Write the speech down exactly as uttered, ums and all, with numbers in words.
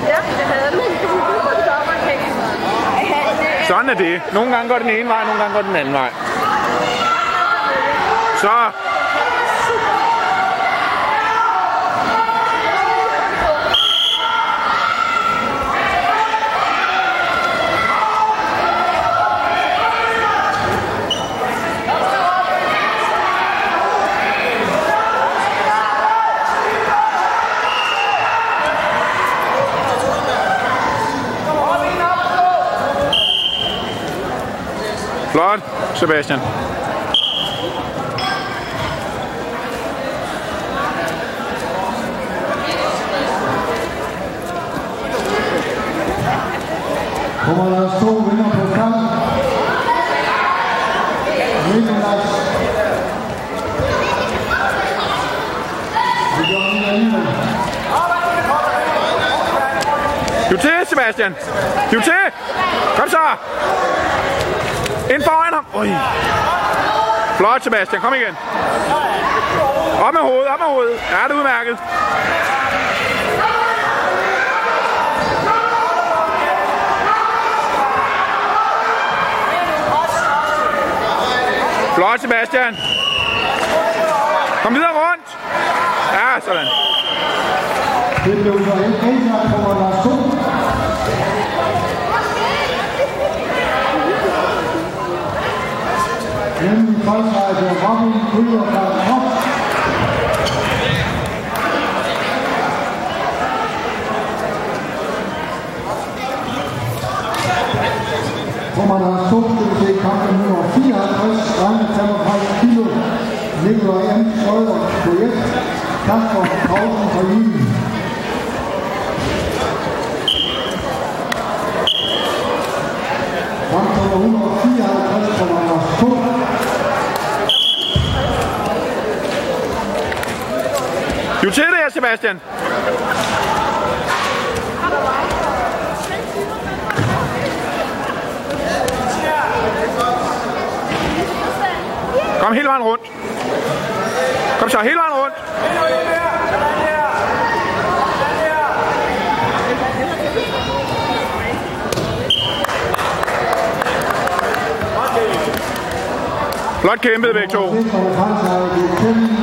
Sådan er det. Nogle gange går den ene vej, nogle gange går den anden vej. Så. Flot, Sebastian. Kommer der to vinder på kamp. Nicolas. Hiv til, Sebastian. Hiv til. Kom så. Ind foran ham. Ui. Flot, Sebastian. Kom igen. Op med hovedet, op med hovedet. Ja, det er udmærket. Flot, Sebastian. Kom videre rundt. Ja, sådan. Det blev så en enkelt på Lars to. Nemlig folkesejr Robin Krüger fra Krop. Kommer der to til kampen nummer fireoghalvtreds, drenge femogtredive kilo. Nikolaj M. Schrøder på et. Kasper Pausen fra Jylland. Kamp nummer et hundrede og fireoghalvtreds på nummer to. Jo til det her, Sebastian. Kom hele vejen rundt. Kom så, hele vejen rundt. Flot kæmpet begge to.